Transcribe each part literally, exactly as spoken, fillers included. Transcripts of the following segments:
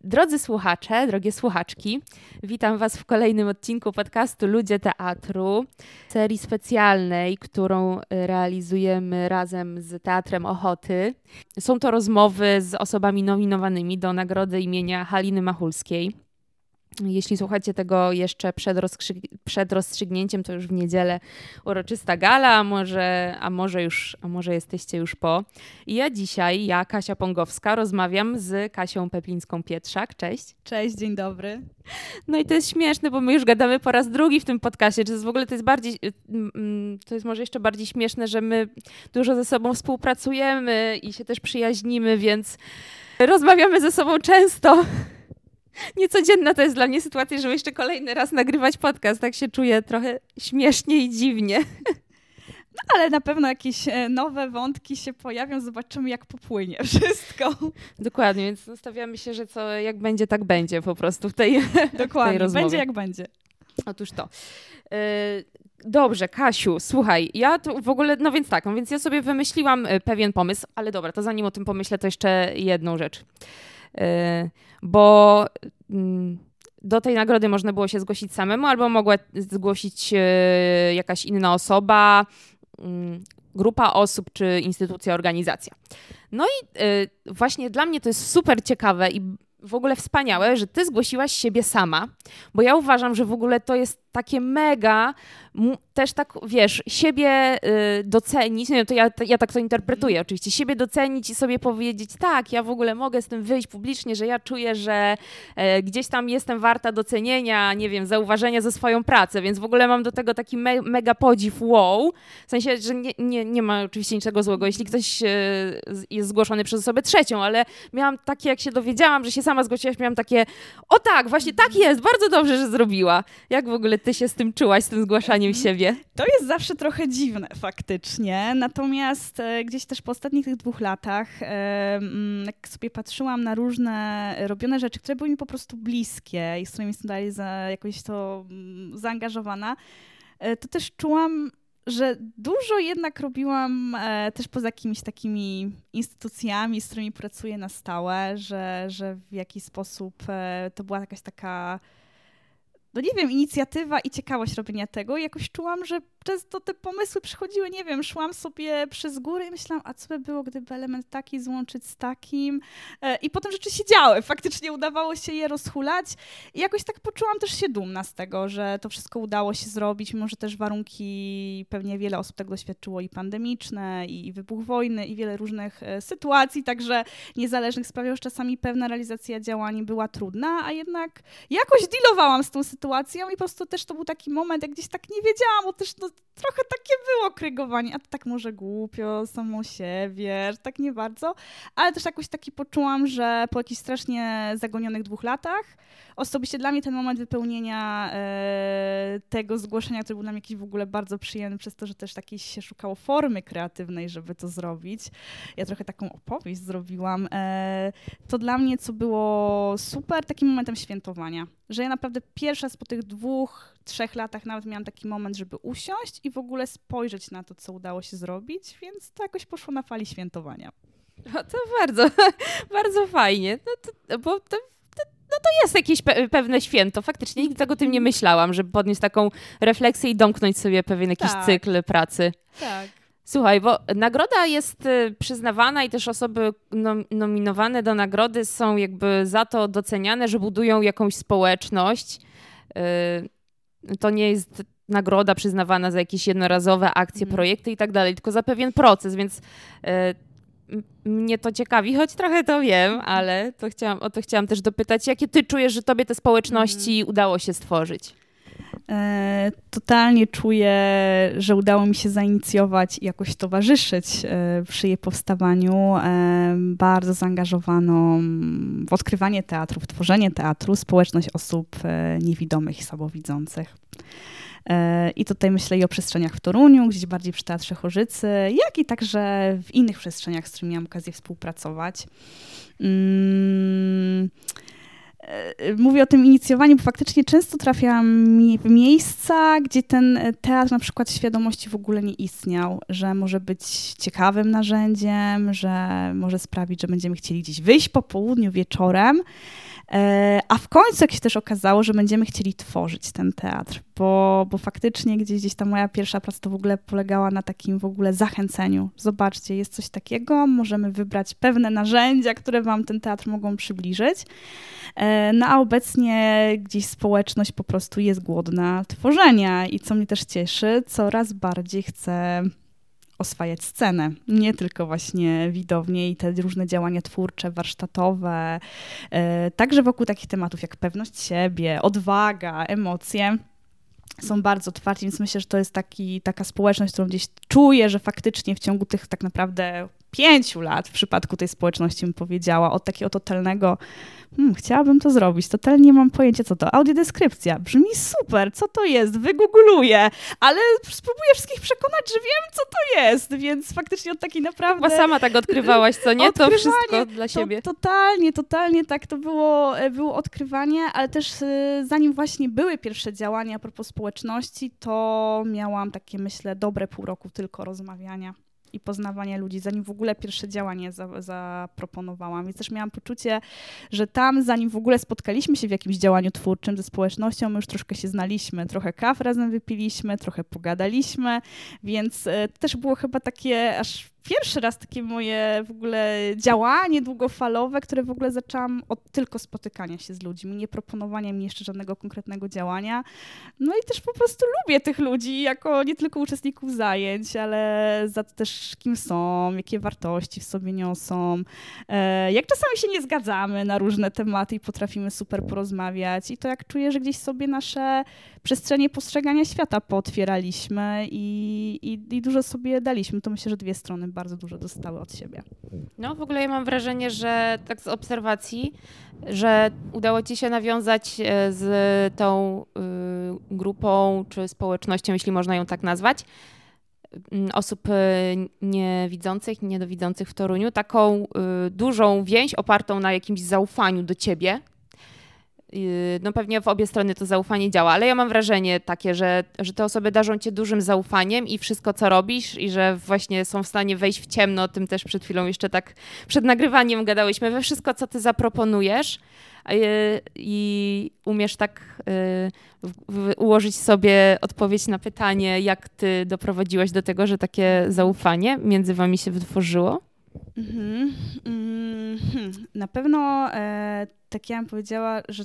Drodzy słuchacze, drogie słuchaczki, witam Was w kolejnym odcinku podcastu Ludzie Teatru, serii specjalnej, którą realizujemy razem z Teatrem Ochoty. Są to rozmowy z osobami nominowanymi do nagrody imienia Haliny Machulskiej. Jeśli słuchacie tego jeszcze przed, rozstrzy- przed rozstrzygnięciem, to już w niedzielę uroczysta gala, a może, a, może już, a może jesteście już po. I ja dzisiaj, ja Kasia Pongowska, rozmawiam z Kasią Peplińską-Pietrzak. Cześć. Cześć, dzień dobry. No i to jest śmieszne, bo my już gadamy po raz drugi w tym podcastie. Czy to jest w ogóle to jest bardziej, to jest może jeszcze bardziej śmieszne, że my dużo ze sobą współpracujemy i się też przyjaźnimy, więc rozmawiamy ze sobą często. Niecodzienna to jest dla mnie sytuacja, żeby jeszcze kolejny raz nagrywać podcast. Tak się czuję trochę śmiesznie i dziwnie. No ale na pewno jakieś nowe wątki się pojawią. Zobaczymy, jak popłynie wszystko. Dokładnie, więc nastawiamy się, że co jak będzie, tak będzie po prostu w tej, Dokładnie, w tej rozmowie. Będzie jak będzie. Otóż to. Yy, dobrze, Kasiu, słuchaj, ja tu w ogóle, no więc tak, no więc ja sobie wymyśliłam pewien pomysł, ale dobra, to zanim o tym pomyślę, to jeszcze jedną rzecz. Bo do tej nagrody można było się zgłosić samemu, albo mogła zgłosić jakaś inna osoba, grupa osób, czy instytucja, organizacja. No i właśnie dla mnie to jest super ciekawe i w ogóle wspaniałe, że ty zgłosiłaś siebie sama, bo ja uważam, że w ogóle to jest takie mega, m- też tak, wiesz, siebie y, docenić, no to ja, to ja tak to interpretuję oczywiście, siebie docenić i sobie powiedzieć, tak, ja w ogóle mogę z tym wyjść publicznie, że ja czuję, że e, gdzieś tam jestem warta docenienia, nie wiem, zauważenia za swoją pracę, więc w ogóle mam do tego taki me- mega podziw, wow, w sensie, że nie, nie, nie ma oczywiście niczego złego, jeśli ktoś e, jest zgłoszony przez osobę trzecią, ale miałam takie, jak się dowiedziałam, że się sama zgłosiłaś, miałam takie, o tak, właśnie tak jest, bardzo dobrze, że zrobiła. Jak w ogóle ty się z tym czułaś, z tym zgłaszaniem siebie? To jest zawsze trochę dziwne faktycznie, natomiast e, gdzieś też po ostatnich tych dwóch latach, e, jak sobie patrzyłam na różne robione rzeczy, które były mi po prostu bliskie i z którymi jestem dalej za, jakoś to m, zaangażowana, e, to też czułam, że dużo jednak robiłam e, też poza jakimiś takimi instytucjami, z którymi pracuję na stałe, że, że w jakiś sposób e, to była jakaś taka, no nie wiem, inicjatywa i ciekawość robienia tego. I jakoś czułam, że często te pomysły przychodziły, nie wiem, szłam sobie przez góry i myślałam, a co by było, gdyby element taki złączyć z takim. E, I potem rzeczy się działy. Faktycznie udawało się je rozhulać. I jakoś tak poczułam też się dumna z tego, że to wszystko udało się zrobić, mimo że też warunki, pewnie wiele osób tego doświadczyło, i pandemiczne, i wybuch wojny, i wiele różnych e, sytuacji, także niezależnych sprawiało, że czasami pewna realizacja działań była trudna, a jednak jakoś dealowałam z tą sytuacją i po prostu też to był taki moment, jak gdzieś tak nie wiedziałam, bo też no, trochę takie było krygowanie, a to tak może głupio, samą siebie, że tak nie bardzo, ale też jakoś taki poczułam, że po jakichś strasznie zagonionych dwóch latach, osobiście dla mnie ten moment wypełnienia e, tego zgłoszenia, który był dla mnie jakiś w ogóle bardzo przyjemny, przez to, że też takiej się szukało formy kreatywnej, żeby to zrobić. Ja trochę taką opowieść zrobiłam. E, to dla mnie, co było super, takim momentem świętowania, że ja naprawdę pierwsza po tych dwóch, trzech latach nawet miałam taki moment, żeby usiąść i w ogóle spojrzeć na to, co udało się zrobić, więc to jakoś poszło na fali świętowania. No to bardzo, bardzo fajnie, no to, bo to, to, no to jest jakieś pe- pewne święto, faktycznie nigdy tego o tym nie myślałam, żeby podnieść taką refleksję i domknąć sobie pewien jakiś Tak. cykl pracy. Tak. Słuchaj, bo nagroda jest przyznawana i też osoby nom- nominowane do nagrody są jakby za to doceniane, że budują jakąś społeczność. Yy, to nie jest nagroda przyznawana za jakieś jednorazowe akcje, Mm. projekty i tak dalej, tylko za pewien proces, więc yy, m- mnie to ciekawi, choć trochę to wiem, ale to chciałam, o to chciałam też dopytać, jakie ty czujesz, że tobie te społeczności Mm. udało się stworzyć? E, totalnie czuję, że udało mi się zainicjować i jakoś towarzyszyć e, przy jej powstawaniu e, bardzo zaangażowaną w odkrywanie teatru, w tworzenie teatru społeczność osób e, niewidomych i słabowidzących. E, I tutaj myślę i o przestrzeniach w Toruniu, gdzieś bardziej przy Teatrze Chorzycy, jak i także w innych przestrzeniach, z którymi miałam okazję współpracować. Mm. Mówię o tym inicjowaniu, bo faktycznie często trafiałam w miejsca, gdzie ten teatr na przykład świadomości w ogóle nie istniał, że może być ciekawym narzędziem, że może sprawić, że będziemy chcieli gdzieś wyjść po południu, wieczorem, A w końcu jak się też okazało, że będziemy chcieli tworzyć ten teatr, bo, bo faktycznie gdzieś, gdzieś ta moja pierwsza praca to w ogóle polegała na takim w ogóle zachęceniu. Zobaczcie, jest coś takiego, możemy wybrać pewne narzędzia, które wam ten teatr mogą przybliżyć. No a obecnie gdzieś społeczność po prostu jest głodna tworzenia i co mnie też cieszy, coraz bardziej chcę oswajać scenę, nie tylko właśnie widownie i te różne działania twórcze, warsztatowe, e, także wokół takich tematów jak pewność siebie, odwaga, emocje. Są bardzo otwarci, więc myślę, że to jest taki, taka społeczność, którą gdzieś czuję, że faktycznie w ciągu tych tak naprawdę pięciu lat w przypadku tej społeczności bym powiedziała, od takiego totalnego hmm, chciałabym to zrobić, totalnie nie mam pojęcia co to, audiodeskrypcja, brzmi super, co to jest, wygoogluję, ale spróbuję wszystkich przekonać, że wiem co to jest, więc faktycznie od takiej naprawdę... Chyba sama tak odkrywałaś, co nie? To wszystko dla siebie. To, totalnie, totalnie tak to było, było odkrywanie, ale też zanim właśnie były pierwsze działania a propos społeczności, to miałam takie, myślę, dobre pół roku tylko rozmawiania i poznawania ludzi, zanim w ogóle pierwsze działanie za, zaproponowałam. Więc też miałam poczucie, że tam, zanim w ogóle spotkaliśmy się w jakimś działaniu twórczym ze społecznością, my już troszkę się znaliśmy, trochę kaw razem wypiliśmy, trochę pogadaliśmy, więc e, to też było chyba takie aż pierwszy raz takie moje w ogóle działanie długofalowe, które w ogóle zaczęłam od tylko spotykania się z ludźmi, nie proponowania mi jeszcze żadnego konkretnego działania. No i też po prostu lubię tych ludzi jako nie tylko uczestników zajęć, ale za to też kim są, jakie wartości w sobie niosą, e, jak czasami się nie zgadzamy na różne tematy i potrafimy super porozmawiać i to jak czuję, że gdzieś sobie nasze przestrzenie postrzegania świata pootwieraliśmy i, i, i dużo sobie daliśmy. To myślę, że dwie strony bardzo dużo dostały od siebie. No w ogóle ja mam wrażenie, że tak z obserwacji, że udało ci się nawiązać z tą y, grupą czy społecznością, jeśli można ją tak nazwać, osób niewidzących, niedowidzących w Toruniu, taką y, dużą więź opartą na jakimś zaufaniu do ciebie. No pewnie w obie strony to zaufanie działa, ale ja mam wrażenie takie, że, że te osoby darzą cię dużym zaufaniem i wszystko, co robisz i że właśnie są w stanie wejść w ciemno, o tym też przed chwilą jeszcze tak przed nagrywaniem gadałyśmy, we wszystko, co ty zaproponujesz i umiesz tak ułożyć sobie odpowiedź na pytanie, jak ty doprowadziłaś do tego, że takie zaufanie między wami się wytworzyło? Mm-hmm. Mm-hmm. Na pewno e, tak ja bym powiedziała, że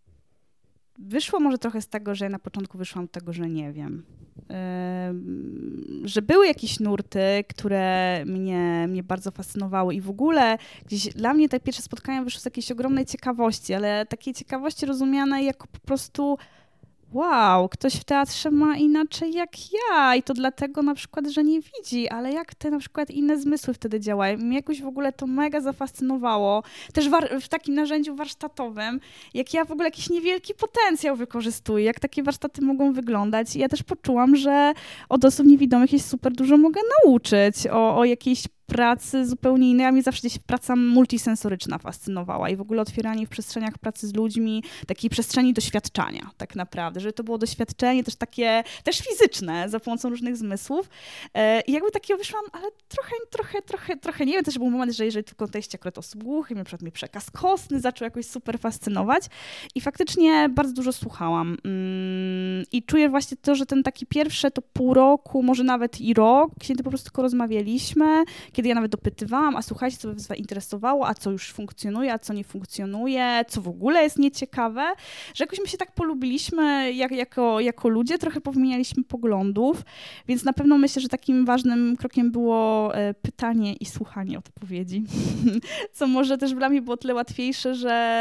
wyszło może trochę z tego, że ja na początku wyszłam z tego, że nie wiem. E, że były jakieś nurty, które mnie, mnie bardzo fascynowały i w ogóle gdzieś dla mnie te pierwsze spotkania wyszły z jakiejś ogromnej ciekawości, ale takiej ciekawości rozumianej jako po prostu wow, ktoś w teatrze ma inaczej jak ja i to dlatego na przykład, że nie widzi, ale jak te na przykład inne zmysły wtedy działają. Mnie jakoś w ogóle to mega zafascynowało. Też war- w takim narzędziu warsztatowym, jak ja w ogóle jakiś niewielki potencjał wykorzystuję, jak takie warsztaty mogą wyglądać. I ja też poczułam, że od osób niewidomych jest super dużo mogę nauczyć o, o jakiejś pracy zupełnie innej, a mnie zawsze gdzieś praca multisensoryczna fascynowała i w ogóle otwieranie w przestrzeniach pracy z ludźmi, takiej przestrzeni doświadczania tak naprawdę, żeby to było doświadczenie też takie, też fizyczne, za pomocą różnych zmysłów. I jakby takiego wyszłam, ale trochę, trochę, trochę, trochę nie wiem, też był moment, że jeżeli w kontekście akurat osób głuchych, na przykład mnie przekaz kostny zaczął jakoś super fascynować i faktycznie bardzo dużo słuchałam i czuję właśnie to, że ten taki pierwsze to pół roku, może nawet i rok, kiedy po prostu tylko rozmawialiśmy, kiedy ja nawet dopytywałam, a słuchajcie, co by was interesowało, a co już funkcjonuje, a co nie funkcjonuje, co w ogóle jest nieciekawe, że jakoś my się tak polubiliśmy jak, jako, jako ludzie, trochę powymienialiśmy poglądów, więc na pewno myślę, że takim ważnym krokiem było pytanie i słuchanie odpowiedzi, co może też dla mnie było tyle łatwiejsze,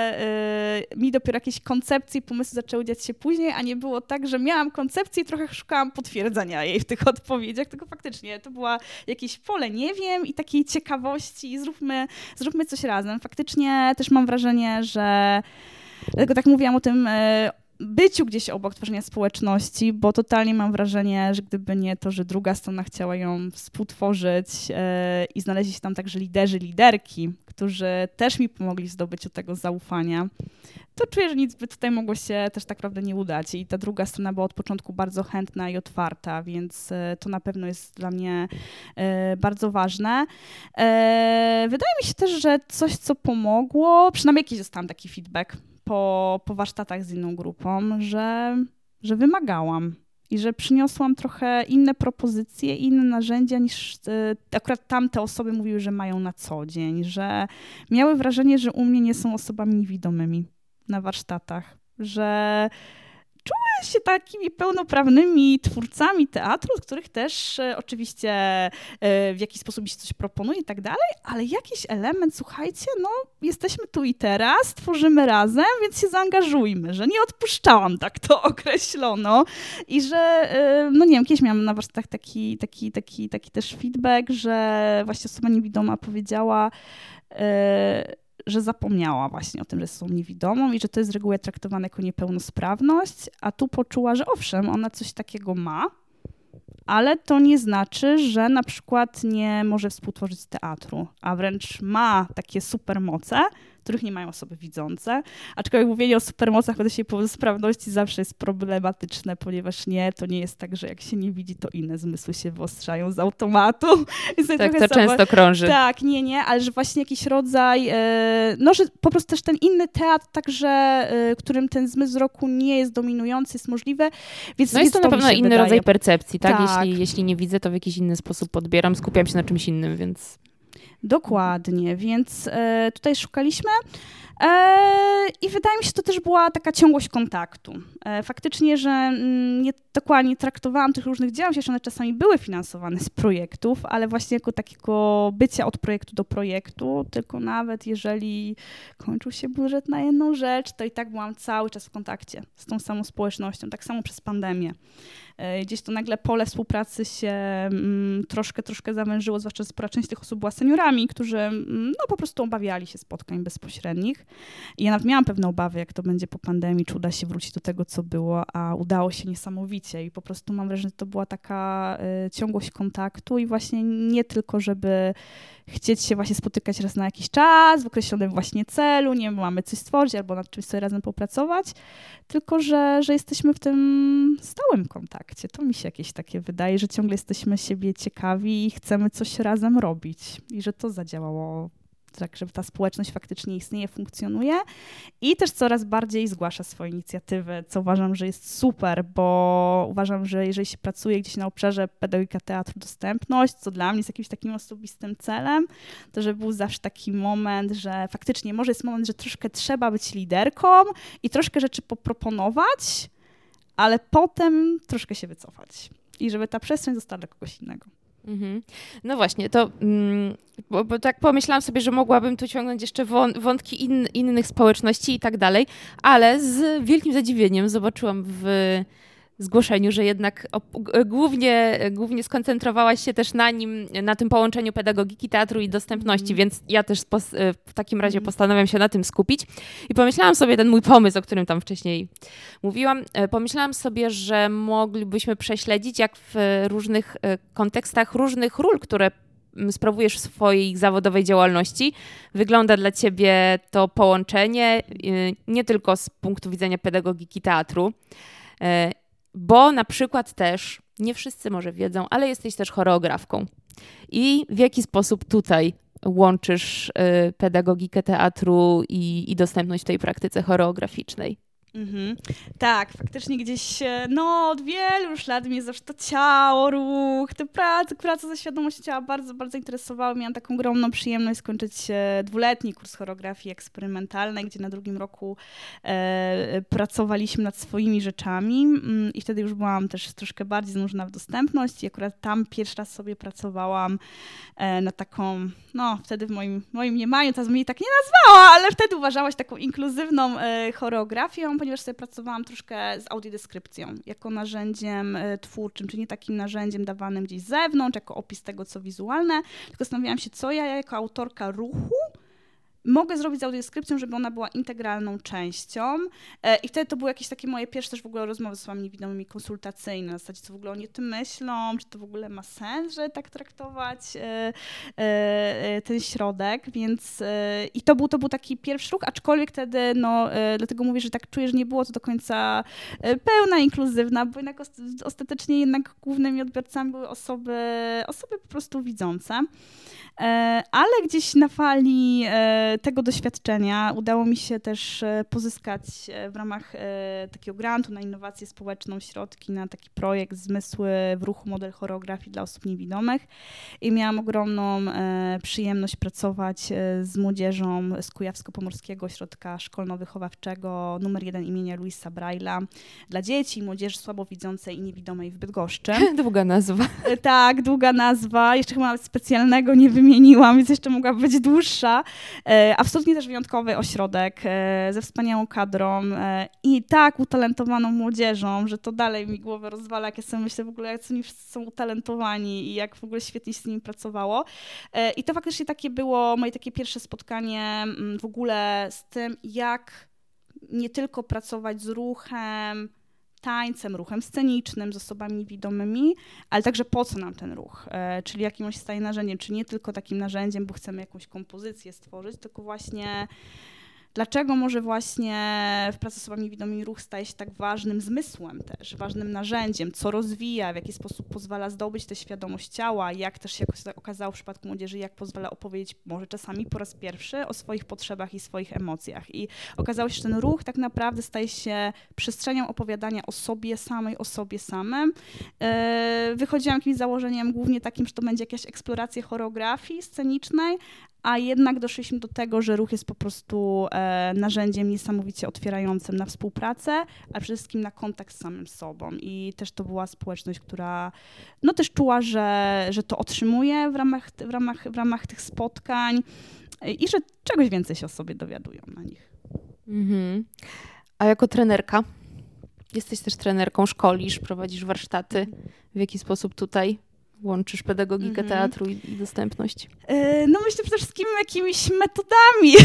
że y, mi dopiero jakieś koncepcje i pomysły zaczęły dziać się później, a nie było tak, że miałam koncepcję i trochę szukałam potwierdzenia jej w tych odpowiedziach, tylko faktycznie to była jakieś pole nie wiem i takiej ciekawości i zróbmy, zróbmy coś razem. Faktycznie też mam wrażenie, że dlatego tak mówiłam o tym byciu gdzieś obok tworzenia społeczności, bo totalnie mam wrażenie, że gdyby nie to, że druga strona chciała ją współtworzyć i znaleźli się tam także liderzy, liderki, którzy też mi pomogli w zdobyciu tego zaufania, to czuję, że nic by tutaj mogło się też tak naprawdę nie udać. I ta druga strona była od początku bardzo chętna i otwarta, więc to na pewno jest dla mnie bardzo ważne. Wydaje mi się też, że coś, co pomogło, przynajmniej jakiś dostałam taki feedback, po, po warsztatach z inną grupą, że, że wymagałam i że przyniosłam trochę inne propozycje, inne narzędzia niż akurat tamte osoby mówiły, że mają na co dzień, że miały wrażenie, że u mnie nie są osobami niewidomymi na warsztatach, że czuły się takimi pełnoprawnymi twórcami teatru, z których też e, oczywiście e, w jakiś sposób się coś proponuje i tak dalej, ale jakiś element, słuchajcie, no jesteśmy tu i teraz, tworzymy razem, więc się zaangażujmy, że nie odpuszczałam, tak to określono i że, e, no nie wiem, kiedyś miałam na warsztatach taki, taki, taki, taki też feedback, że właśnie osoba niewidoma powiedziała, e, że zapomniała właśnie o tym, że są niewidomą i że to jest z reguły traktowane jako niepełnosprawność, a tu poczuła, że owszem, ona coś takiego ma, ale to nie znaczy, że na przykład nie może współtworzyć teatru, a wręcz ma takie supermoce, których nie mają osoby widzące. Aczkolwiek mówienie o supermocach w kontekście niepełnosprawności zawsze jest problematyczne, ponieważ nie, to nie jest tak, że jak się nie widzi, to inne zmysły się wyostrzają z automatu. Tak, to sama... często krąży. Tak, nie, nie, ale że właśnie jakiś rodzaj, e, no, że po prostu też ten inny teatr, także, e, którym ten zmysł wzroku nie jest dominujący, jest możliwe. Więc no jest to na pewno inny wydaje. rodzaj percepcji, tak? tak. Jeśli, jeśli nie widzę, to w jakiś inny sposób odbieram, skupiam się na czymś innym, więc... Dokładnie, więc e, tutaj szukaliśmy e, i wydaje mi się, że to też była taka ciągłość kontaktu. E, faktycznie, że m, nie dokładnie traktowałam tych różnych działań, chociaż one czasami były finansowane z projektów, ale właśnie jako takiego bycia od projektu do projektu, tylko nawet jeżeli kończył się budżet na jedną rzecz, to i tak byłam cały czas w kontakcie z tą samą społecznością, tak samo przez pandemię. Gdzieś to nagle pole współpracy się mm, troszkę, troszkę zawężyło, zwłaszcza, że spora część tych osób była seniorami, którzy mm, no, po prostu obawiali się spotkań bezpośrednich. I ja nawet miałam pewne obawy, jak to będzie po pandemii, czy uda się wrócić do tego, co było, a udało się niesamowicie. I po prostu mam wrażenie, że to była taka y, ciągłość kontaktu i właśnie nie tylko, żeby chcieć się właśnie spotykać raz na jakiś czas, w określonym właśnie celu, nie wiem, mamy coś stworzyć albo nad czymś sobie razem popracować, tylko, że, że jesteśmy w tym stałym kontakcie. To mi się jakieś takie wydaje, że ciągle jesteśmy siebie ciekawi i chcemy coś razem robić i że to zadziałało tak, że ta społeczność faktycznie istnieje, funkcjonuje i też coraz bardziej zgłasza swoje inicjatywy, co uważam, że jest super, bo uważam, że jeżeli się pracuje gdzieś na obszarze pedagogika teatru dostępność, co dla mnie jest jakimś takim osobistym celem, to że był zawsze taki moment, że faktycznie może jest moment, że troszkę trzeba być liderką i troszkę rzeczy poproponować, ale potem troszkę się wycofać i żeby ta przestrzeń została dla kogoś innego. Mhm. No właśnie, to mm, bo, bo tak pomyślałam sobie, że mogłabym tu ciągnąć jeszcze wą- wątki in, innych społeczności i tak dalej, ale z wielkim zadziwieniem zobaczyłam w zgłoszeniu, że jednak op- głównie, głównie skoncentrowałaś się też na nim, na tym połączeniu pedagogiki, teatru i dostępności, mm. więc ja też pos- w takim razie postanawiam się na tym skupić. I pomyślałam sobie, ten mój pomysł, o którym tam wcześniej mówiłam, pomyślałam sobie, że moglibyśmy prześledzić, jak w różnych kontekstach różnych ról, które sprawujesz w swojej zawodowej działalności, wygląda dla ciebie to połączenie nie tylko z punktu widzenia pedagogiki teatru, bo na przykład też, nie wszyscy może wiedzą, ale jesteś też choreografką. I w jaki sposób tutaj łączysz y, pedagogikę teatru i, i dostępność w tej praktyce choreograficznej? Mhm. Tak, faktycznie gdzieś, no od wielu już lat mnie zawsze to ciało, ruch, te prace, prace ze świadomością ciała bardzo, bardzo interesowały. Miałam taką ogromną przyjemność skończyć dwuletni kurs choreografii eksperymentalnej, gdzie na drugim roku e, pracowaliśmy nad swoimi rzeczami i wtedy już byłam też troszkę bardziej zanurzona w dostępność i akurat tam pierwszy raz sobie pracowałam e, na taką, no wtedy w moim, moim mniemaniu, ta mnie tak nie nazwała, ale wtedy uważałaś taką inkluzywną e, choreografią, ponieważ sobie pracowałam troszkę z audiodeskrypcją jako narzędziem twórczym, czyli nie takim narzędziem dawanym gdzieś z zewnątrz, jako opis tego, co wizualne, tylko zastanawiałam się, co ja jako autorka ruchu mogę zrobić z audiodeskrypcją, żeby ona była integralną częścią. I wtedy to były jakieś takie moje pierwsze też w ogóle rozmowy z osobami niewidomymi konsultacyjne, na zasadzie, co w ogóle oni o tym myślą, czy to w ogóle ma sens, że tak traktować ten środek, więc i to był, to był taki pierwszy ruch, aczkolwiek wtedy, no, dlatego mówię, że tak czuję, że nie było to do końca pełna, inkluzywna, bo jednak ostatecznie jednak głównymi odbiorcami były osoby, osoby po prostu widzące. Ale gdzieś na fali tego doświadczenia udało mi się też pozyskać w ramach takiego grantu na innowację społeczną środki na taki projekt Zmysły w ruchu, model choreografii dla osób niewidomych i miałam ogromną przyjemność pracować z młodzieżą z Kujawsko-Pomorskiego Ośrodka Szkolno-Wychowawczego numer jeden imienia Louisa Braille'a dla dzieci i młodzieży słabowidzącej i niewidomej w Bydgoszczy. Długa nazwa. Tak, długa nazwa. Jeszcze chyba specjalnego nie wymieniłam, więc jeszcze mogła być dłuższa. E, absolutnie też wyjątkowy ośrodek e, ze wspaniałą kadrą e, i tak utalentowaną młodzieżą, że to dalej mi głowę rozwala, jak ja sobie myślę w ogóle, jak oni wszyscy są utalentowani i jak w ogóle świetnie się z nimi pracowało. E, I to faktycznie takie było moje takie pierwsze spotkanie m, w ogóle z tym, jak nie tylko pracować z ruchem, tańcem, ruchem scenicznym, z osobami niewidomymi, ale także po co nam ten ruch, e, czyli jakim on się staje narzędziem, czy nie tylko takim narzędziem, bo chcemy jakąś kompozycję stworzyć, tylko właśnie dlaczego może właśnie w pracy z osobami niewidomymi ruch staje się tak ważnym zmysłem też, ważnym narzędziem, co rozwija, w jaki sposób pozwala zdobyć tę świadomość ciała, jak też się okazało w przypadku młodzieży, jak pozwala opowiedzieć może czasami po raz pierwszy o swoich potrzebach i swoich emocjach. I okazało się, że ten ruch tak naprawdę staje się przestrzenią opowiadania o sobie samej, o sobie samym. Wychodziłam jakimś założeniem głównie takim, że to będzie jakaś eksploracja choreografii scenicznej, a jednak doszliśmy do tego, że ruch jest po prostu e, narzędziem niesamowicie otwierającym na współpracę, a przede wszystkim na kontakt z samym sobą. I też to była społeczność, która no też czuła, że, że to otrzymuje w ramach, w, ramach, w ramach tych spotkań i że czegoś więcej się o sobie dowiadują na nich. Mhm. A jako trenerka? Jesteś też trenerką, szkolisz, prowadzisz warsztaty. W jaki sposób tutaj łączysz pedagogikę mm-hmm. teatru i, i dostępność? Yy, no myślę przede wszystkim jakimiś metodami,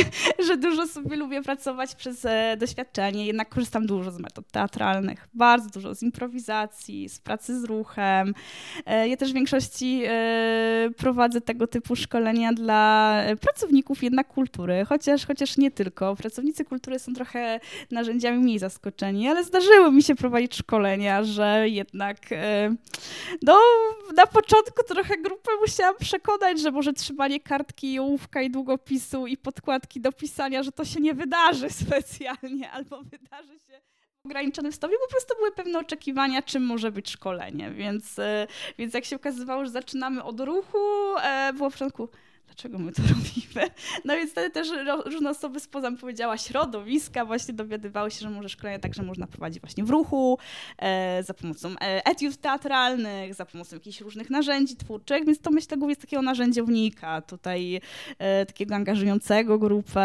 że dużo sobie lubię pracować przez e, doświadczenie, jednak korzystam dużo z metod teatralnych, bardzo dużo z improwizacji, z pracy z ruchem. E, ja też w większości e, prowadzę tego typu szkolenia dla pracowników jednak kultury, chociaż, chociaż nie tylko. Pracownicy kultury są trochę narzędziami mniej zaskoczeni, ale zdarzyło mi się prowadzić szkolenia, że jednak e, no na początku trochę grupę musiałam przekonać, że może trzymanie kartki, ołówka i długopisu i podkładki do pisania, że to się nie wydarzy specjalnie albo wydarzy się w ograniczonym stopniu. Po prostu były pewne oczekiwania, czym może być szkolenie. Więc, więc jak się okazywało, że zaczynamy od ruchu, było w początku dlaczego my to robimy? No więc wtedy też różne osoby spoza, powiedziała, środowiska właśnie dowiadywały się, że może szkolenia także można prowadzić właśnie w ruchu, e, za pomocą e, etiud teatralnych, za pomocą jakichś różnych narzędzi twórczych, więc to myślę głównie jest takiego narzędziownika tutaj, e, takiego angażującego grupę.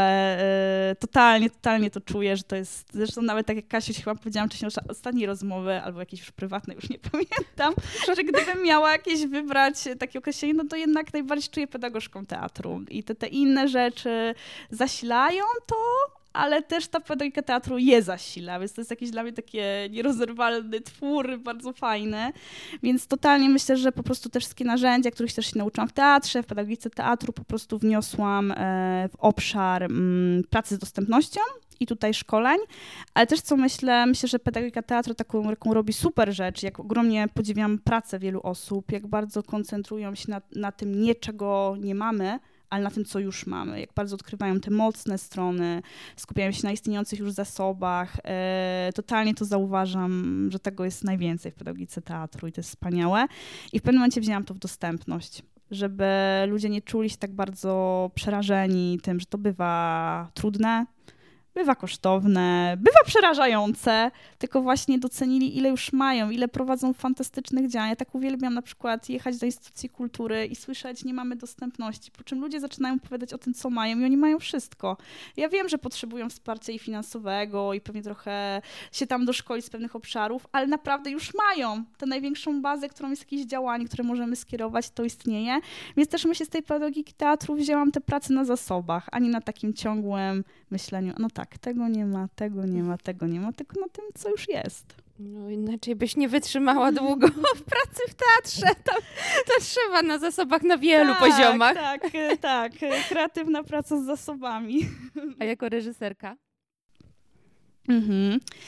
E, totalnie, totalnie to czuję, że to jest, zresztą nawet tak jak Kasiu chyba powiedziałam wcześniej o ostatniej rozmowy, albo jakiejś już prywatnej, już nie pamiętam, że gdybym miała jakieś wybrać takie określenie, no to jednak najbardziej czuję pedagogzką teatru i te, te inne rzeczy zasilają to, ale też ta pedagogika teatru je zasila, więc to jest jakiś dla mnie taki nierozerwalny twór, bardzo fajny, więc totalnie myślę, że po prostu te wszystkie narzędzia, których też się nauczyłam w teatrze, w pedagogice teatru po prostu wniosłam w obszar pracy z dostępnością i tutaj szkoleń, ale też co myślę, myślę, że pedagogika teatru taką, jaką robi super rzecz, jak ogromnie podziwiam pracę wielu osób, jak bardzo koncentrują się na, na tym nie, czego nie mamy, ale na tym, co już mamy, jak bardzo odkrywają te mocne strony, skupiają się na istniejących już zasobach. E, totalnie to zauważam, że tego jest najwięcej w pedagogice teatru i to jest wspaniałe. I w pewnym momencie wzięłam to w dostępność, żeby ludzie nie czuli się tak bardzo przerażeni tym, że to bywa trudne, bywa kosztowne, bywa przerażające, tylko właśnie docenili, ile już mają, ile prowadzą fantastycznych działań. Ja tak uwielbiam na przykład jechać do instytucji kultury i słyszeć, nie mamy dostępności, po czym ludzie zaczynają opowiadać o tym, co mają i oni mają wszystko. Ja wiem, że potrzebują wsparcia i finansowego i pewnie trochę się tam doszkolić z pewnych obszarów, ale naprawdę już mają tę największą bazę, którą jest jakieś działanie, które możemy skierować, to istnieje. Więc też myślę, z tej pedagogiki teatru wzięłam tę pracę na zasobach, a nie na takim ciągłym myśleniu, no tak, tego nie ma, tego nie ma, tego nie ma, tylko na tym, co już jest. No inaczej byś nie wytrzymała długo w pracy w teatrze. To, to trzeba na zasobach na wielu tak, poziomach. Tak, tak. Kreatywna praca z zasobami. A jako reżyserka? Mhm.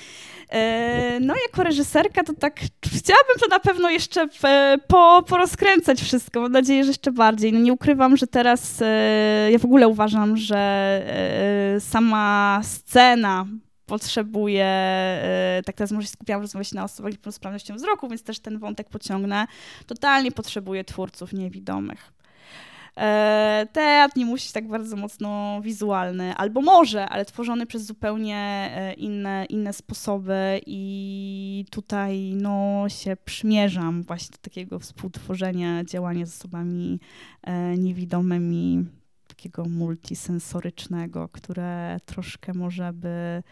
No jako reżyserka to tak chciałabym to na pewno jeszcze po, porozkręcać wszystko. Mam nadzieję, że jeszcze bardziej. No nie ukrywam, że teraz ja w ogóle uważam, że sama scena potrzebuje, tak teraz może się skupiam rozmawiać na osobach z niepełnosprawnością wzroku, więc też ten wątek pociągnę, totalnie potrzebuje twórców niewidomych. Teatr nie musi być tak bardzo mocno wizualny, albo może, ale tworzony przez zupełnie inne, inne sposoby i tutaj no, się przymierzam właśnie do takiego współtworzenia, działania z osobami niewidomymi, takiego multisensorycznego, które troszkę może by...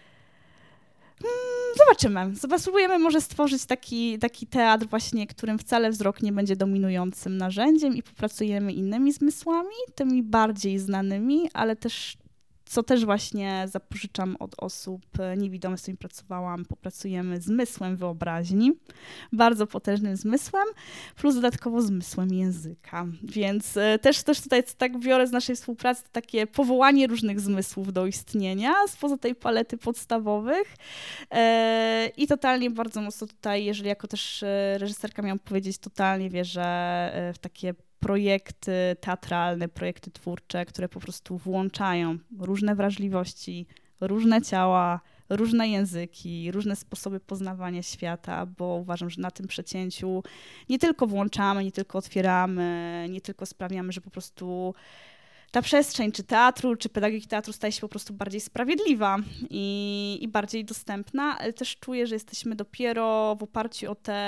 Zobaczymy. Spróbujemy może stworzyć taki, taki teatr właśnie, którym wcale wzrok nie będzie dominującym narzędziem i popracujemy innymi zmysłami, tymi bardziej znanymi, ale też, co też właśnie zapożyczam od osób niewidomych, z którymi pracowałam, popracujemy zmysłem wyobraźni, bardzo potężnym zmysłem, plus dodatkowo zmysłem języka. Więc też, też tutaj tak biorę z naszej współpracy takie powołanie różnych zmysłów do istnienia spoza tej palety podstawowych i totalnie bardzo mocno tutaj, jeżeli jako też reżyserka miałam powiedzieć, totalnie wierzę w takie projekty teatralne, projekty twórcze, które po prostu włączają różne wrażliwości, różne ciała, różne języki, różne sposoby poznawania świata, bo uważam, że na tym przecięciu nie tylko włączamy, nie tylko otwieramy, nie tylko sprawiamy, że po prostu ta przestrzeń czy teatru, czy pedagogiki teatru staje się po prostu bardziej sprawiedliwa i, i bardziej dostępna, ale też czuję, że jesteśmy dopiero w oparciu o te,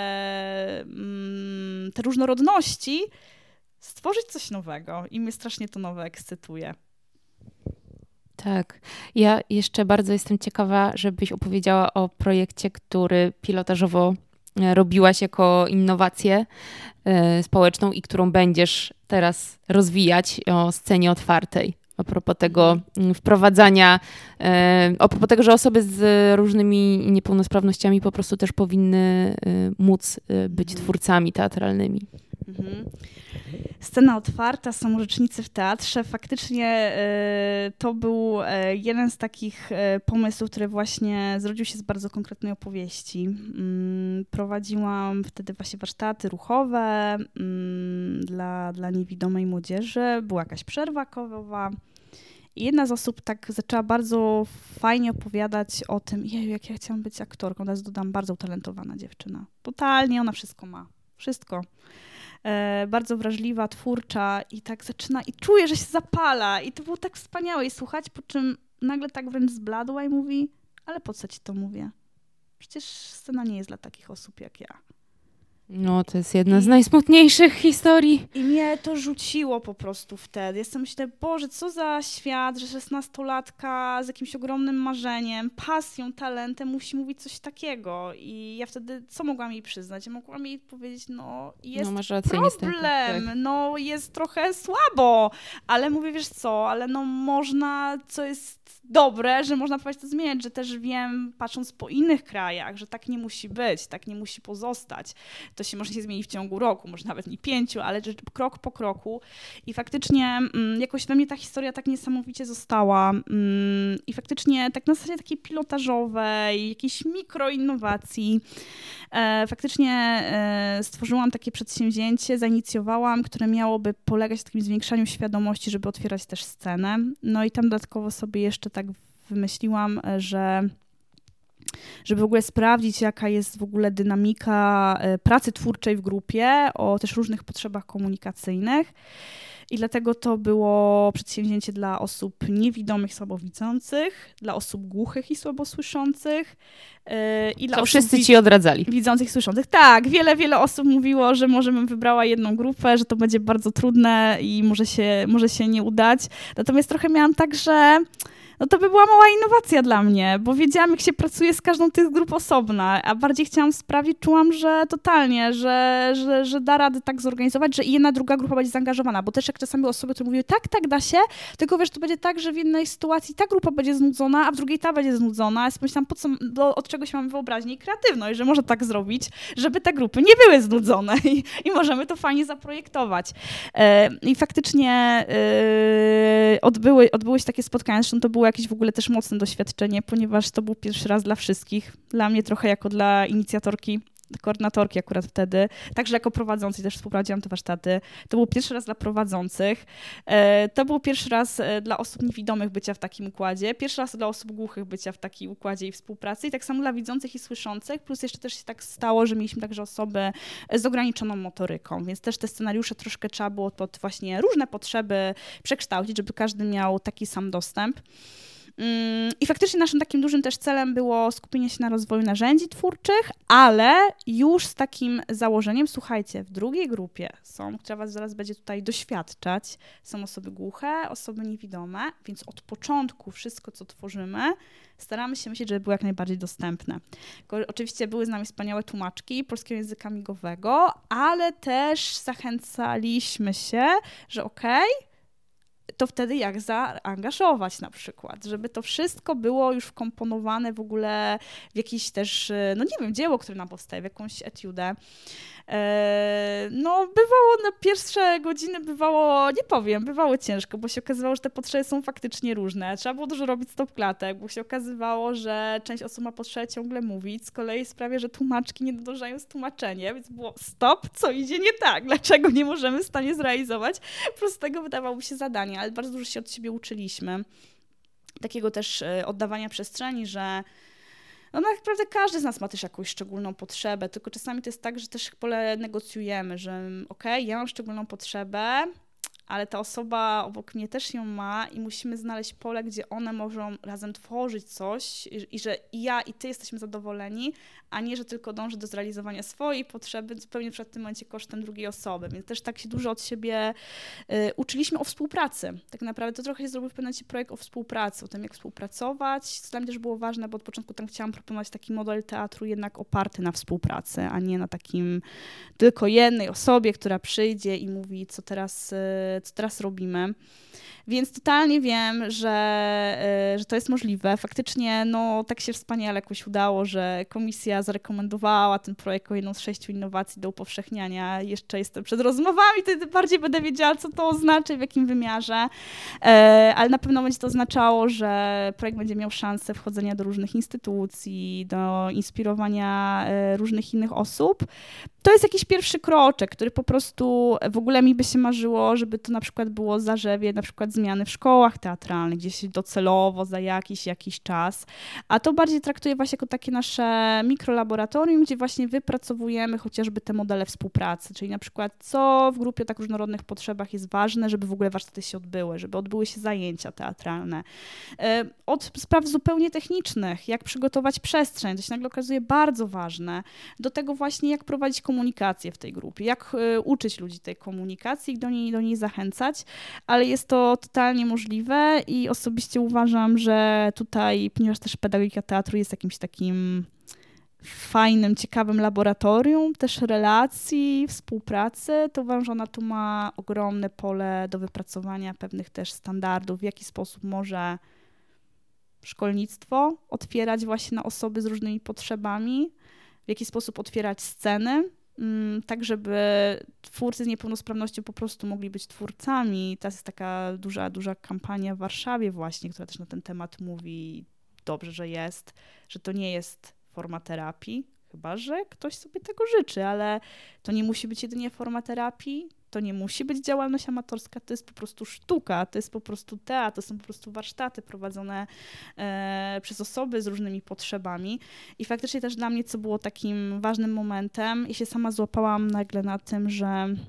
mm, te różnorodności stworzyć coś nowego i mnie strasznie to nowe ekscytuje. Tak. Ja jeszcze bardzo jestem ciekawa, żebyś opowiedziała o projekcie, który pilotażowo robiłaś jako innowację y, społeczną i którą będziesz teraz rozwijać o scenie otwartej. A propos tego y, wprowadzania, y, a propos tego, że osoby z różnymi niepełnosprawnościami po prostu też powinny y, móc y, być twórcami teatralnymi. Mhm. Scena otwarta, samorzecznicy w teatrze. Faktycznie y, to był y, jeden z takich y, pomysłów, który właśnie zrodził się z bardzo konkretnej opowieści. Y, prowadziłam wtedy właśnie warsztaty ruchowe y, dla, dla niewidomej młodzieży. Była jakaś przerwa kawowa. I jedna z osób tak zaczęła bardzo fajnie opowiadać o tym, jeju, jak ja chciałam być aktorką. Teraz dodam, bardzo utalentowana dziewczyna. Totalnie, ona wszystko ma. Wszystko. E, bardzo wrażliwa, twórcza i tak zaczyna i czuje, że się zapala i to było tak wspaniałe jej słuchać, po czym nagle tak wręcz zbladła i mówi, ale po co ci to mówię? Przecież scena nie jest dla takich osób jak ja. No, to jest jedna I, z najsmutniejszych historii. I mnie to rzuciło po prostu wtedy. Ja sobie myślę, Boże, co za świat, że szesnastolatka z jakimś ogromnym marzeniem, pasją, talentem musi mówić coś takiego. I ja wtedy, co mogłam jej przyznać? Ja mogłam jej powiedzieć, no jest no, masz rację, problem, niestety, tak. No jest trochę słabo, ale mówię, wiesz co, ale no można, co jest dobre, że można powiedzieć to zmieniać, że też wiem, patrząc po innych krajach, że tak nie musi być, tak nie musi pozostać. To się może się zmienić w ciągu roku, może nawet nie pięciu, ale że krok po kroku. I faktycznie mm, jakoś dla mnie ta historia tak niesamowicie została. Mm, I faktycznie tak na zasadzie takiej pilotażowej, jakiejś mikroinnowacji. E, faktycznie e, stworzyłam takie przedsięwzięcie, zainicjowałam, które miałoby polegać na takim zwiększaniu świadomości, żeby otwierać też scenę. No i tam dodatkowo sobie jeszcze tak wymyśliłam, że żeby w ogóle sprawdzić, jaka jest w ogóle dynamika pracy twórczej w grupie, o też różnych potrzebach komunikacyjnych. I dlatego to było przedsięwzięcie dla osób niewidomych, słabowidzących, dla osób głuchych i słabosłyszących. Yy, i dla to osób wszyscy ci odradzali. Widzących, słyszących. Tak, wiele, wiele osób mówiło, że może bym wybrała jedną grupę, że to będzie bardzo trudne i może się, może się nie udać. Natomiast trochę miałam tak, że no to by była mała innowacja dla mnie, bo wiedziałam, jak się pracuje z każdą z tych grup osobna, a bardziej chciałam sprawdzić, czułam, że totalnie, że, że, że da radę tak zorganizować, że i jedna, druga grupa będzie zaangażowana, bo też jak czasami były osoby, które mówiły, tak, tak, da się, tylko wiesz, to będzie tak, że w jednej sytuacji ta grupa będzie znudzona, a w drugiej ta będzie znudzona. Ja sobie pomyślałam, po co, do, od czegoś mamy wyobraźnię i kreatywność, że może tak zrobić, żeby te grupy nie były znudzone i, i możemy to fajnie zaprojektować. E, I faktycznie e, odbyły, odbyły się takie spotkania, zresztą to było było jakieś w ogóle też mocne doświadczenie, ponieważ to był pierwszy raz dla wszystkich. Dla mnie trochę jako dla inicjatorki, koordynatorki akurat wtedy, także jako prowadzącej też współprowadziłam te warsztaty. To był pierwszy raz dla prowadzących, to był pierwszy raz dla osób niewidomych bycia w takim układzie, pierwszy raz dla osób głuchych bycia w takim układzie i współpracy i tak samo dla widzących i słyszących, plus jeszcze też się tak stało, że mieliśmy także osoby z ograniczoną motoryką, więc też te scenariusze troszkę trzeba było pod właśnie różne potrzeby przekształcić, żeby każdy miał taki sam dostęp. I faktycznie naszym takim dużym też celem było skupienie się na rozwoju narzędzi twórczych, ale już z takim założeniem, słuchajcie, w drugiej grupie są, która was zaraz będzie tutaj doświadczać, są osoby głuche, osoby niewidome, więc od początku wszystko, co tworzymy, staramy się myśleć, żeby było jak najbardziej dostępne. Oczywiście były z nami wspaniałe tłumaczki polskiego języka migowego, ale też zachęcaliśmy się, że okej, okay, to wtedy jak zaangażować na przykład, żeby to wszystko było już wkomponowane w ogóle w jakiś też, no nie wiem, dzieło, które nam powstaje, w jakąś etiudę. No bywało na pierwsze godziny, bywało, nie powiem, bywało ciężko, bo się okazywało, że te potrzeby są faktycznie różne. Trzeba było dużo robić stop-klatek, bo się okazywało, że część osób ma potrzebę ciągle mówić, z kolei sprawia, że tłumaczki nie nadążają z tłumaczeniem, więc było stop, co idzie nie tak, dlaczego nie możemy w stanie zrealizować prostego wydawało mi się zadania, ale bardzo dużo się od siebie uczyliśmy. Takiego też oddawania przestrzeni, że no tak naprawdę każdy z nas ma też jakąś szczególną potrzebę, tylko czasami to jest tak, że też pole negocjujemy, że okej, okay, ja mam szczególną potrzebę, ale ta osoba obok mnie też ją ma i musimy znaleźć pole, gdzie one mogą razem tworzyć coś i, i że i ja, i ty jesteśmy zadowoleni, a nie, że tylko dążę do zrealizowania swojej potrzeby zupełnie przed tym momencie kosztem drugiej osoby. Więc też tak się dużo od siebie y, uczyliśmy o współpracy. Tak naprawdę to trochę się zrobił w pewnym momencie projekt o współpracy, o tym, jak współpracować. Dla mnie też było ważne, bo od początku tam chciałam proponować taki model teatru jednak oparty na współpracy, a nie na takim tylko jednej osobie, która przyjdzie i mówi, co teraz y, co teraz robimy. Więc totalnie wiem, że, że to jest możliwe. Faktycznie no, tak się wspaniale jakoś udało, że komisja zarekomendowała ten projekt jako jedną z sześciu innowacji do upowszechniania. Jeszcze jestem przed rozmowami, wtedy bardziej będę wiedziała, co to oznacza i w jakim wymiarze. Ale na pewno będzie to oznaczało, że projekt będzie miał szansę wchodzenia do różnych instytucji, do inspirowania różnych innych osób. To jest jakiś pierwszy kroczek, który po prostu w ogóle mi by się marzyło, żeby to na przykład było zarzewie, na przykład zmiany w szkołach teatralnych, gdzieś docelowo za jakiś, jakiś czas. A to bardziej traktuję właśnie jako takie nasze mikrolaboratorium, gdzie właśnie wypracowujemy chociażby te modele współpracy, czyli na przykład co w grupie o tak różnorodnych potrzebach jest ważne, żeby w ogóle warsztaty się odbyły, żeby odbyły się zajęcia teatralne. Od spraw zupełnie technicznych, jak przygotować przestrzeń, to się nagle okazuje bardzo ważne, do tego właśnie jak prowadzić komunikację w tej grupie, jak y, uczyć ludzi tej komunikacji i do niej, do niej zachęcać, ale jest to totalnie możliwe i osobiście uważam, że tutaj, ponieważ też pedagogika teatru jest jakimś takim fajnym, ciekawym laboratorium, też relacji, współpracy, to uważam, że ona tu ma ogromne pole do wypracowania pewnych też standardów, w jaki sposób może szkolnictwo otwierać właśnie na osoby z różnymi potrzebami, w jaki sposób otwierać sceny, tak żeby twórcy z niepełnosprawnością po prostu mogli być twórcami. Teraz jest taka duża, duża kampania w Warszawie właśnie, która też na ten temat mówi, dobrze, że jest, że to nie jest forma terapii, chyba że ktoś sobie tego życzy, ale to nie musi być jedynie forma terapii, to nie musi być działalność amatorska, to jest po prostu sztuka, to jest po prostu teatr, to są po prostu warsztaty prowadzone e, przez osoby z różnymi potrzebami. I faktycznie też dla mnie, co było takim ważnym momentem, ja się sama złapałam nagle na tym, że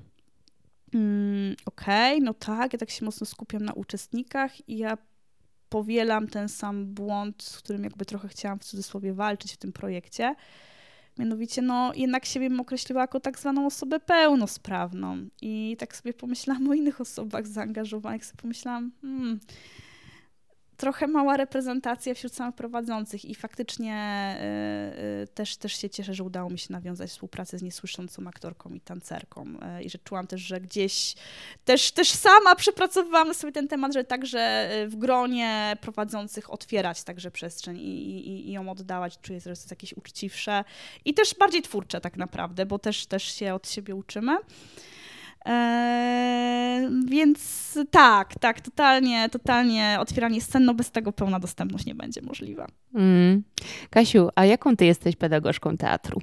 mm, okej, okay, no tak, ja tak się mocno skupiam na uczestnikach i ja powielam ten sam błąd, z którym jakby trochę chciałam w cudzysłowie walczyć w tym projekcie. Mianowicie, no jednak siebie bym określiła jako tak zwaną osobę pełnosprawną. I tak sobie pomyślałam o innych osobach zaangażowanych, sobie pomyślałam, hmm, trochę mała reprezentacja wśród samych prowadzących i faktycznie y, y, też, też się cieszę, że udało mi się nawiązać współpracę z niesłyszącą aktorką i tancerką y, i że czułam też, że gdzieś też, też sama przepracowywałam sobie ten temat, że także w gronie prowadzących otwierać także przestrzeń i, i, i ją oddawać, czuję, że jest jakieś uczciwsze i też bardziej twórcze tak naprawdę, bo też, też się od siebie uczymy. Eee, więc tak, tak, totalnie, totalnie otwieranie scen, no bez tego pełna dostępność nie będzie możliwa. Mm. Kasiu, a jaką ty jesteś pedagogzką teatru?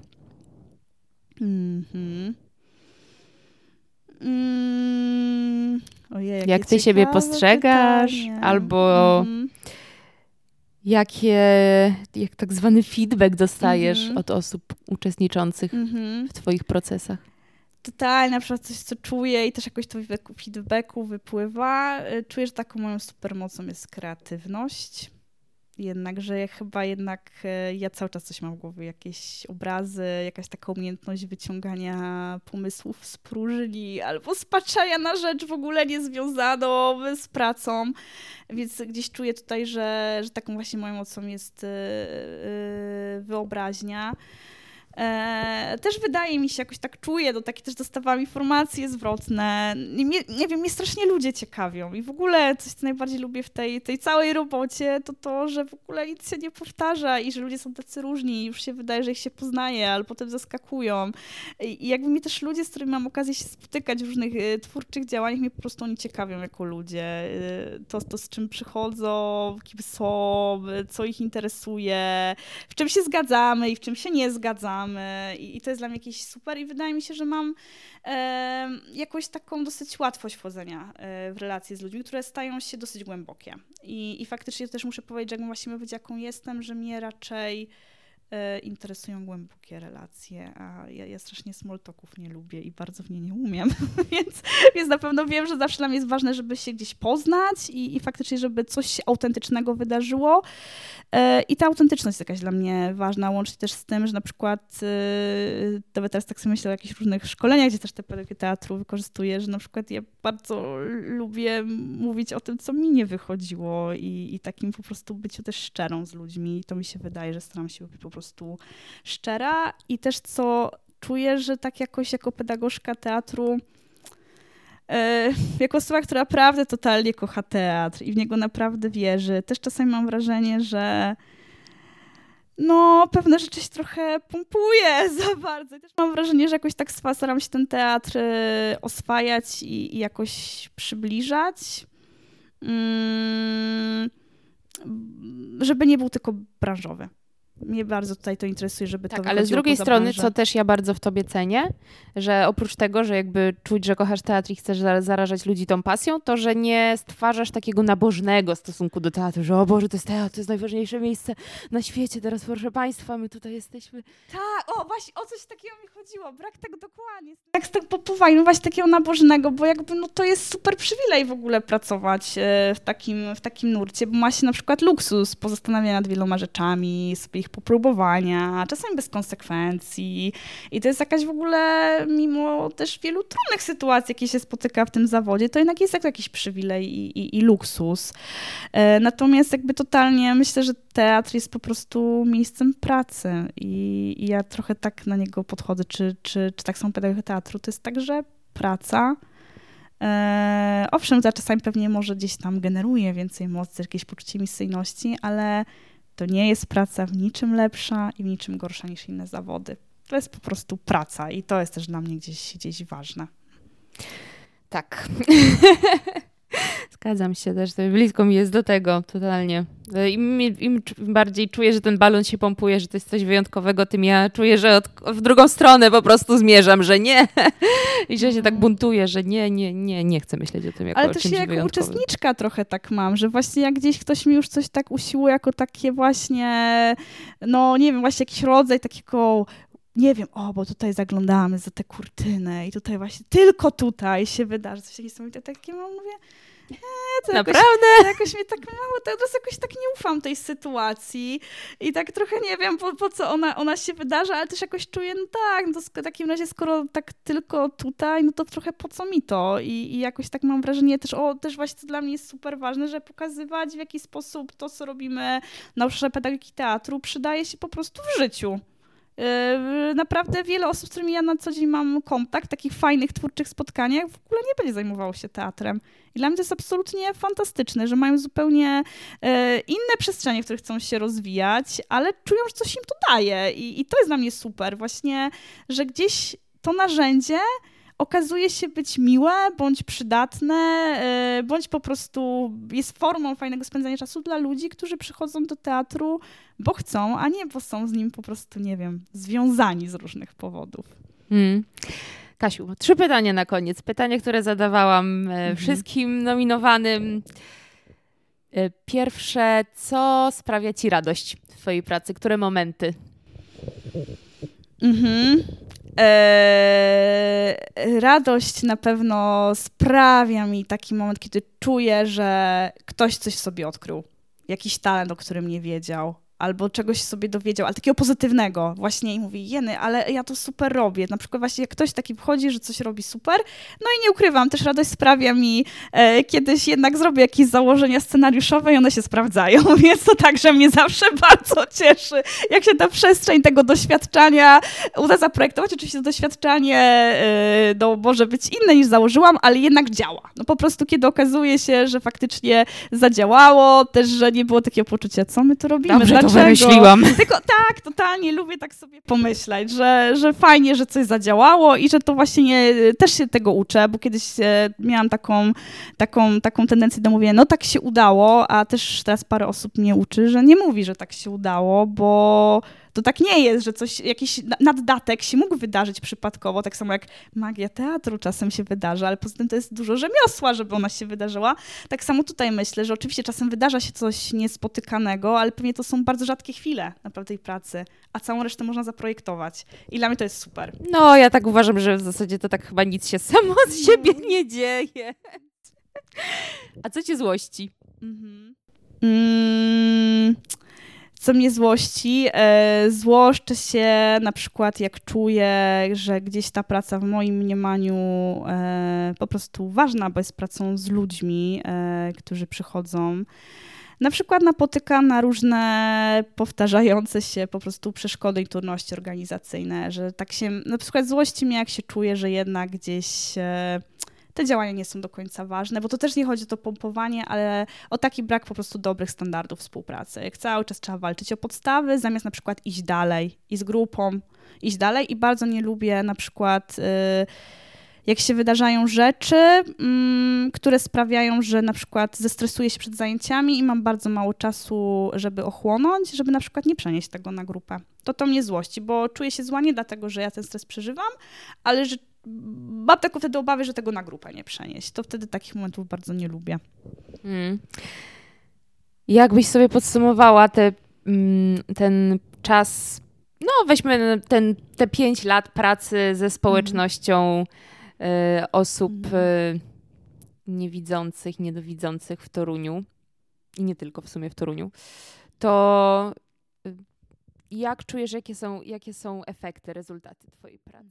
Mhm. Mm. Ojej, jakie Jak ty siebie ciekawe postrzegasz? pytanie. Albo Mhm. jakie, jak tak zwany feedback dostajesz Mhm. od osób uczestniczących Mhm. w twoich procesach? Totalnie, na przykład coś, co czuję i też jakoś to feedbacku wypływa. Czuję, że taką moją supermocą jest kreatywność. Jednakże ja chyba jednak ja cały czas coś mam w głowie, jakieś obrazy, jakaś taka umiejętność wyciągania pomysłów z próżni albo spaczania na rzecz w ogóle niezwiązaną z pracą. Więc gdzieś czuję tutaj, że, że taką właśnie moją mocą jest wyobraźnia. E, też wydaje mi się, jakoś tak czuję, do takie też dostawałam informacje zwrotne. Nie, nie wiem, mnie strasznie ludzie ciekawią i w ogóle coś, co najbardziej lubię w tej, tej całej robocie, to to, że w ogóle nic się nie powtarza i że ludzie są tacy różni i już się wydaje, że ich się poznaje, ale potem zaskakują. I, i jakby mnie też ludzie, z którymi mam okazję się spotykać w różnych y, twórczych działaniach, mnie po prostu oni ciekawią jako ludzie. Y, to, to, z czym przychodzą, kim są, co ich interesuje, w czym się zgadzamy i w czym się nie zgadzamy. I, I to jest dla mnie jakieś super i wydaje mi się, że mam e, jakąś taką dosyć łatwość wchodzenia e, w relacje z ludźmi, które stają się dosyć głębokie. I, i faktycznie też muszę powiedzieć, że jakbym właśnie powiedzieć, jaką jestem, że mnie raczej e, interesują głębokie relacje, a ja, ja strasznie small talków nie lubię i bardzo w nie nie umiem, więc, więc na pewno wiem, że zawsze dla mnie jest ważne, żeby się gdzieś poznać i, i faktycznie, żeby coś autentycznego wydarzyło. I ta autentyczność jest jakaś dla mnie ważna, łącznie też z tym, że na przykład nawet teraz tak sobie myślę o jakichś różnych szkoleniach, gdzie też te pedagogię teatru wykorzystuję, że na przykład ja bardzo lubię mówić o tym, co mi nie wychodziło i, i takim po prostu byciu też szczerą z ludźmi. I to mi się wydaje, że staram się być po prostu szczera i też co czuję, że tak jakoś jako pedagogzka teatru jako osoba, która naprawdę totalnie kocha teatr i w niego naprawdę wierzy. Też czasami mam wrażenie, że no pewne rzeczy się trochę pompuje za bardzo. I też mam wrażenie, że jakoś tak staram się ten teatr oswajać i, i jakoś przybliżać. Mm, żeby nie był tylko branżowy. Mnie bardzo tutaj to interesuje, żeby tak, to ale z drugiej poza strony, branżę. co też ja bardzo w tobie cenię, że oprócz tego, że jakby czuć, że kochasz teatr i chcesz zarażać ludzi tą pasją, to, że nie stwarzasz takiego nabożnego stosunku do teatru, że o Boże, to jest teatr, to jest najważniejsze miejsce na świecie, teraz proszę Państwa, my tutaj jesteśmy. Tak, o właśnie, o coś takiego mi chodziło, brak tego dokładnie. Jak z tego popowania, no właśnie takiego nabożnego, bo jakby no to jest super przywilej w ogóle pracować w takim, w takim nurcie, bo ma się na przykład luksus pozastanawiania nad wieloma rzeczami, sobie ich popróbowania, czasami bez konsekwencji. I to jest jakaś w ogóle, mimo też wielu trudnych sytuacji, jakie się spotyka w tym zawodzie, to jednak jest jakiś przywilej i, i, i luksus. E, natomiast jakby totalnie myślę, że teatr jest po prostu miejscem pracy i, i ja trochę tak na niego podchodzę, czy, czy, czy tak samo pedagogia teatru, to jest także praca. E, owszem, to czasami pewnie może gdzieś tam generuje więcej mocy, jakieś poczucie misyjności, ale to nie jest praca w niczym lepsza i w niczym gorsza niż inne zawody. To jest po prostu praca i to jest też dla mnie gdzieś, gdzieś ważne. Tak. Zgadzam się też, blisko mi jest do tego totalnie. Im, Im bardziej czuję, że ten balon się pompuje, że to jest coś wyjątkowego, tym ja czuję, że od, w drugą stronę po prostu zmierzam, że nie. I że się tak buntuję, że nie, nie, nie, nie chcę myśleć o tym jako Ale o czymś też ja jako wyjątkowym. uczestniczka trochę tak mam, że właśnie jak gdzieś ktoś mi już coś tak usiłuje jako takie właśnie, no nie wiem, właśnie jakiś rodzaj takiego, nie wiem, o, bo tutaj zaglądamy za tę kurtynę i tutaj właśnie, tylko tutaj się wydarzy coś niesamowitego. Takie mam, mówię, nie, to Naprawdę? Jakoś, to jakoś mnie tak mało, teraz jakoś tak nie ufam tej sytuacji i tak trochę nie wiem, po, po co ona, ona się wydarzy, ale też jakoś czuję, no tak, no to w takim razie skoro tak tylko tutaj, no to trochę po co mi to i, i jakoś tak mam wrażenie też, o, też właśnie to dla mnie jest super ważne, że pokazywać w jaki sposób to, co robimy na obszarze pedagogiki teatru przydaje się po prostu w życiu. Naprawdę wiele osób, z którymi ja na co dzień mam kontakt, takich fajnych, twórczych spotkaniach, w ogóle nie będzie zajmowało się teatrem. I dla mnie to jest absolutnie fantastyczne, że mają zupełnie inne przestrzenie, w których chcą się rozwijać, ale czują, że coś im to daje. I, i to jest dla mnie super. Właśnie, że gdzieś to narzędzie okazuje się być miłe, bądź przydatne, bądź po prostu jest formą fajnego spędzania czasu dla ludzi, którzy przychodzą do teatru, bo chcą, a nie bo są z nim po prostu, nie wiem, związani z różnych powodów. Hmm. Kasiu, trzy pytania na koniec. Pytanie, które zadawałam mhm. wszystkim nominowanym. Pierwsze, co sprawia ci radość w twojej pracy? Które momenty? Mhm. Eee, radość na pewno sprawia mi taki moment, kiedy czuję, że ktoś coś w sobie odkrył. Jakiś talent, o którym nie wiedział. Albo czegoś sobie dowiedział, ale takiego pozytywnego właśnie i mówi, jeny, ale ja to super robię. Na przykład właśnie jak ktoś taki wchodzi, że coś robi super, no i nie ukrywam, też radość sprawia mi, e, kiedyś jednak zrobię jakieś założenia scenariuszowe i one się sprawdzają, więc to także mnie zawsze bardzo cieszy, jak się ta przestrzeń tego doświadczania uda zaprojektować. Oczywiście to doświadczanie e, no, może być inne niż założyłam, ale jednak działa. No po prostu kiedy okazuje się, że faktycznie zadziałało, też, że nie było takiego poczucia, co my tu robimy, Dobrze, dlaczego? Wymyśliłam. Tylko tak, totalnie lubię tak sobie pomyśleć, że, że fajnie, że coś zadziałało i że to właśnie nie, też się tego uczę, bo kiedyś e, miałam taką, taką, taką tendencję do mówienia, no tak się udało, a też teraz parę osób mnie uczy, że nie mówi, że tak się udało, bo to tak nie jest, że coś, jakiś naddatek się mógł wydarzyć przypadkowo, tak samo jak magia teatru czasem się wydarza, ale poza tym to jest dużo rzemiosła, żeby ona się wydarzyła. Tak samo tutaj myślę, że oczywiście czasem wydarza się coś niespotykanego, ale pewnie to są bardzo rzadkie chwile naprawdę tej pracy, a całą resztę można zaprojektować. I dla mnie to jest super. No, ja tak uważam, że w zasadzie to tak chyba nic się samo z siebie nie dzieje. A co cię złości? Mhm. Mm. Co mnie złości? E, złoszczę się na przykład, jak czuję, że gdzieś ta praca w moim mniemaniu e, po prostu ważna, bo jest pracą z ludźmi, e, którzy przychodzą. Na przykład napotykam na różne powtarzające się po prostu przeszkody i trudności organizacyjne, że tak się, na przykład złości mnie, jak się czuję, że jednak gdzieś e, te działania nie są do końca ważne, bo to też nie chodzi o to pompowanie, ale o taki brak po prostu dobrych standardów współpracy. Jak cały czas trzeba walczyć o podstawy, zamiast na przykład iść dalej i z grupą iść dalej. I bardzo nie lubię na przykład, yy, jak się wydarzają rzeczy, yy, które sprawiają, że na przykład zestresuję się przed zajęciami i mam bardzo mało czasu, żeby ochłonąć, żeby na przykład nie przenieść tego na grupę. To to mnie złości, bo czuję się zła nie dlatego, że ja ten stres przeżywam, ale że mam taką wtedy obawy, że tego na grupę nie przenieść. To wtedy takich momentów bardzo nie lubię. Hmm. Jakbyś sobie podsumowała te, ten czas, no weźmy ten, te pięć lat pracy ze społecznością mm. y, osób y, niewidzących, niedowidzących w Toruniu i nie tylko w sumie w Toruniu, to y, jak czujesz, jakie są, jakie są efekty, rezultaty twojej pracy?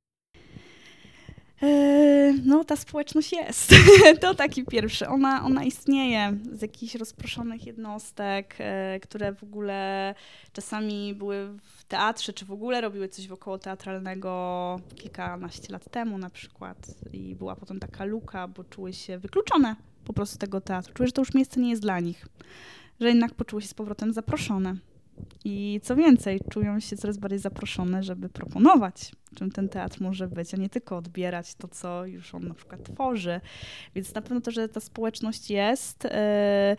No, ta społeczność jest. To taki pierwszy. Ona, ona istnieje z jakichś rozproszonych jednostek, które w ogóle czasami były w teatrze, czy w ogóle robiły coś wokoło teatralnego kilkanaście lat temu na przykład. I była potem taka luka, bo czuły się wykluczone po prostu z tego teatru. Czuły, że to już miejsce nie jest dla nich. Że jednak poczuły się z powrotem zaproszone. I co więcej, czują się coraz bardziej zaproszone, żeby proponować, czym ten teatr może być, a nie tylko odbierać to, co już on na przykład tworzy. Więc na pewno to, że ta społeczność jest. Yy,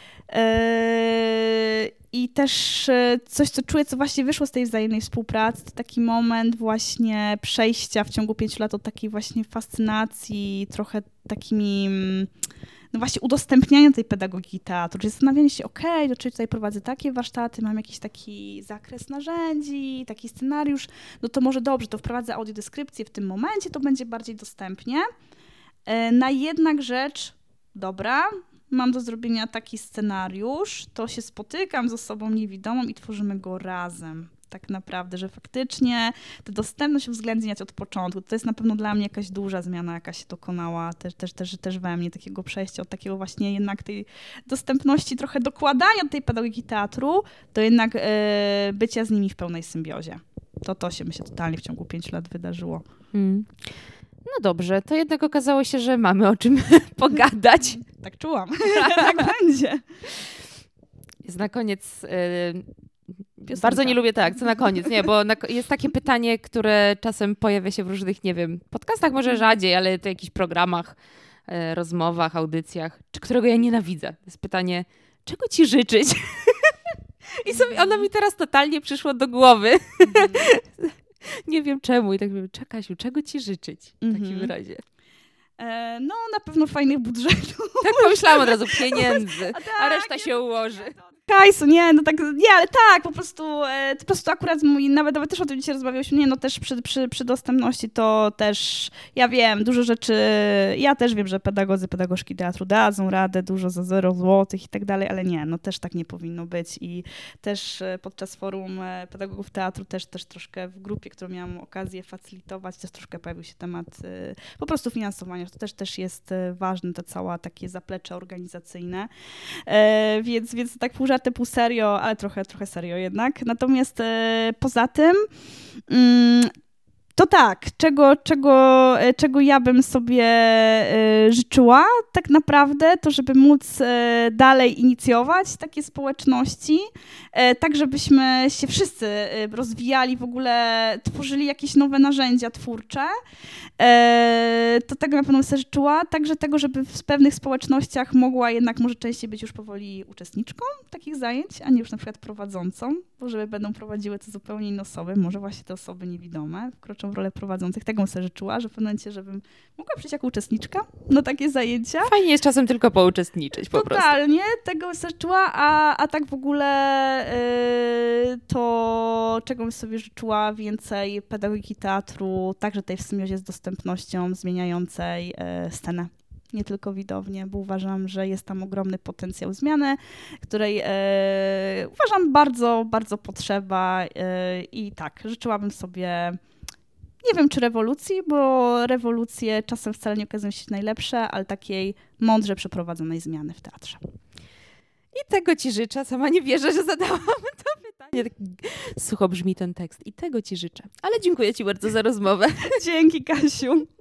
yy, I też coś, co czuję, co właśnie wyszło z tej wzajemnej współpracy, to taki moment właśnie przejścia w ciągu pięciu lat od takiej właśnie fascynacji, trochę takimi... no właśnie udostępniania tej pedagogiki teatru, czyli zastanawianie się, okej, okay, czyli tutaj prowadzę takie warsztaty, mam jakiś taki zakres narzędzi, taki scenariusz, no to może dobrze, to wprowadzę audiodeskrypcję w tym momencie, to będzie bardziej dostępnie. Na jednak rzecz, dobra, mam do zrobienia taki scenariusz, to się spotykam z osobą niewidomą i tworzymy go razem. Tak naprawdę, że faktycznie tę dostępność uwzględniać od początku. To jest na pewno dla mnie jakaś duża zmiana, jaka się dokonała też, też, też, też we mnie, takiego przejścia od takiego właśnie jednak tej dostępności, trochę dokładania tej pedagogiki teatru, do jednak yy, bycia z nimi w pełnej symbiozie. To to się myślę totalnie w ciągu pięciu lat wydarzyło. Hmm. No dobrze, to jednak okazało się, że mamy o czym pogadać. Tak czułam. Tak będzie. Jest na koniec... Yy... Piosenka. Bardzo nie lubię tak, co na koniec, nie, bo na, jest takie pytanie, które czasem pojawia się w różnych, nie wiem, podcastach może rzadziej, ale to jakichś programach, e, rozmowach, audycjach, czy którego ja nienawidzę. To jest pytanie, czego ci życzyć? I sobie ono mi teraz totalnie przyszło do głowy. Mm. Nie wiem czemu. I tak mówię, Kasiu, czego ci życzyć w takim mm-hmm. razie? E, no na pewno fajnych budżetów. Tak pomyślałam od razu, pieniędzy, a, tak, a reszta nie, się ułoży. Kajsu, nie, no tak, nie, ale tak, po prostu, e, po prostu akurat mój, nawet, nawet też o tym dzisiaj rozmawiałyśmy, nie, no też przy, przy, przy dostępności to też, ja wiem, dużo rzeczy, ja też wiem, że pedagodzy, pedagogzki teatru dadzą radę, dużo za zero złotych i tak dalej, ale nie, no też tak nie powinno być i też podczas forum pedagogów teatru też, też troszkę w grupie, którą miałam okazję facylitować, też troszkę pojawił się temat y, po prostu finansowania, że to też, też jest ważne, to całe takie zaplecze organizacyjne, e, więc, więc tak pół żarty, pół serio, ale trochę, trochę serio jednak. Natomiast e, poza tym mm, to tak, czego, czego, czego ja bym sobie e, życzyła tak naprawdę, to żeby móc e, dalej inicjować takie społeczności, e, tak żebyśmy się wszyscy rozwijali, w ogóle tworzyli jakieś nowe narzędzia twórcze. E, to tego na pewno bym sobie życzyła, także tego, żeby w pewnych społecznościach mogła jednak może częściej być już powoli uczestniczką takich zajęć, a nie już na przykład prowadzącą, bo żeby będą prowadziły to zupełnie inne osoby, może właśnie te osoby niewidome wkroczą w rolę prowadzących. Tego bym sobie życzyła, że w pewnym momencie, żebym mogła przyjść jako uczestniczka na takie zajęcia. Fajnie jest czasem tylko pouczestniczyć po prostu. Totalnie, tego bym sobie życzyła, a, a tak w ogóle yy, to czego bym sobie życzyła więcej pedagogiki teatru, także tej w symbiozie z dostępnością zmieniającej yy, scenę. Nie tylko widownię, bo uważam, że jest tam ogromny potencjał zmiany, której e, uważam bardzo, bardzo potrzeba e, i tak, życzyłabym sobie, nie wiem czy rewolucji, bo rewolucje czasem wcale nie okazują się najlepsze, ale takiej mądrze przeprowadzonej zmiany w teatrze. I tego ci życzę, sama nie wierzę, że zadałam to pytanie. Tak sucho brzmi ten tekst i tego ci życzę. Ale dziękuję ci bardzo za rozmowę. Dzięki, Kasiu.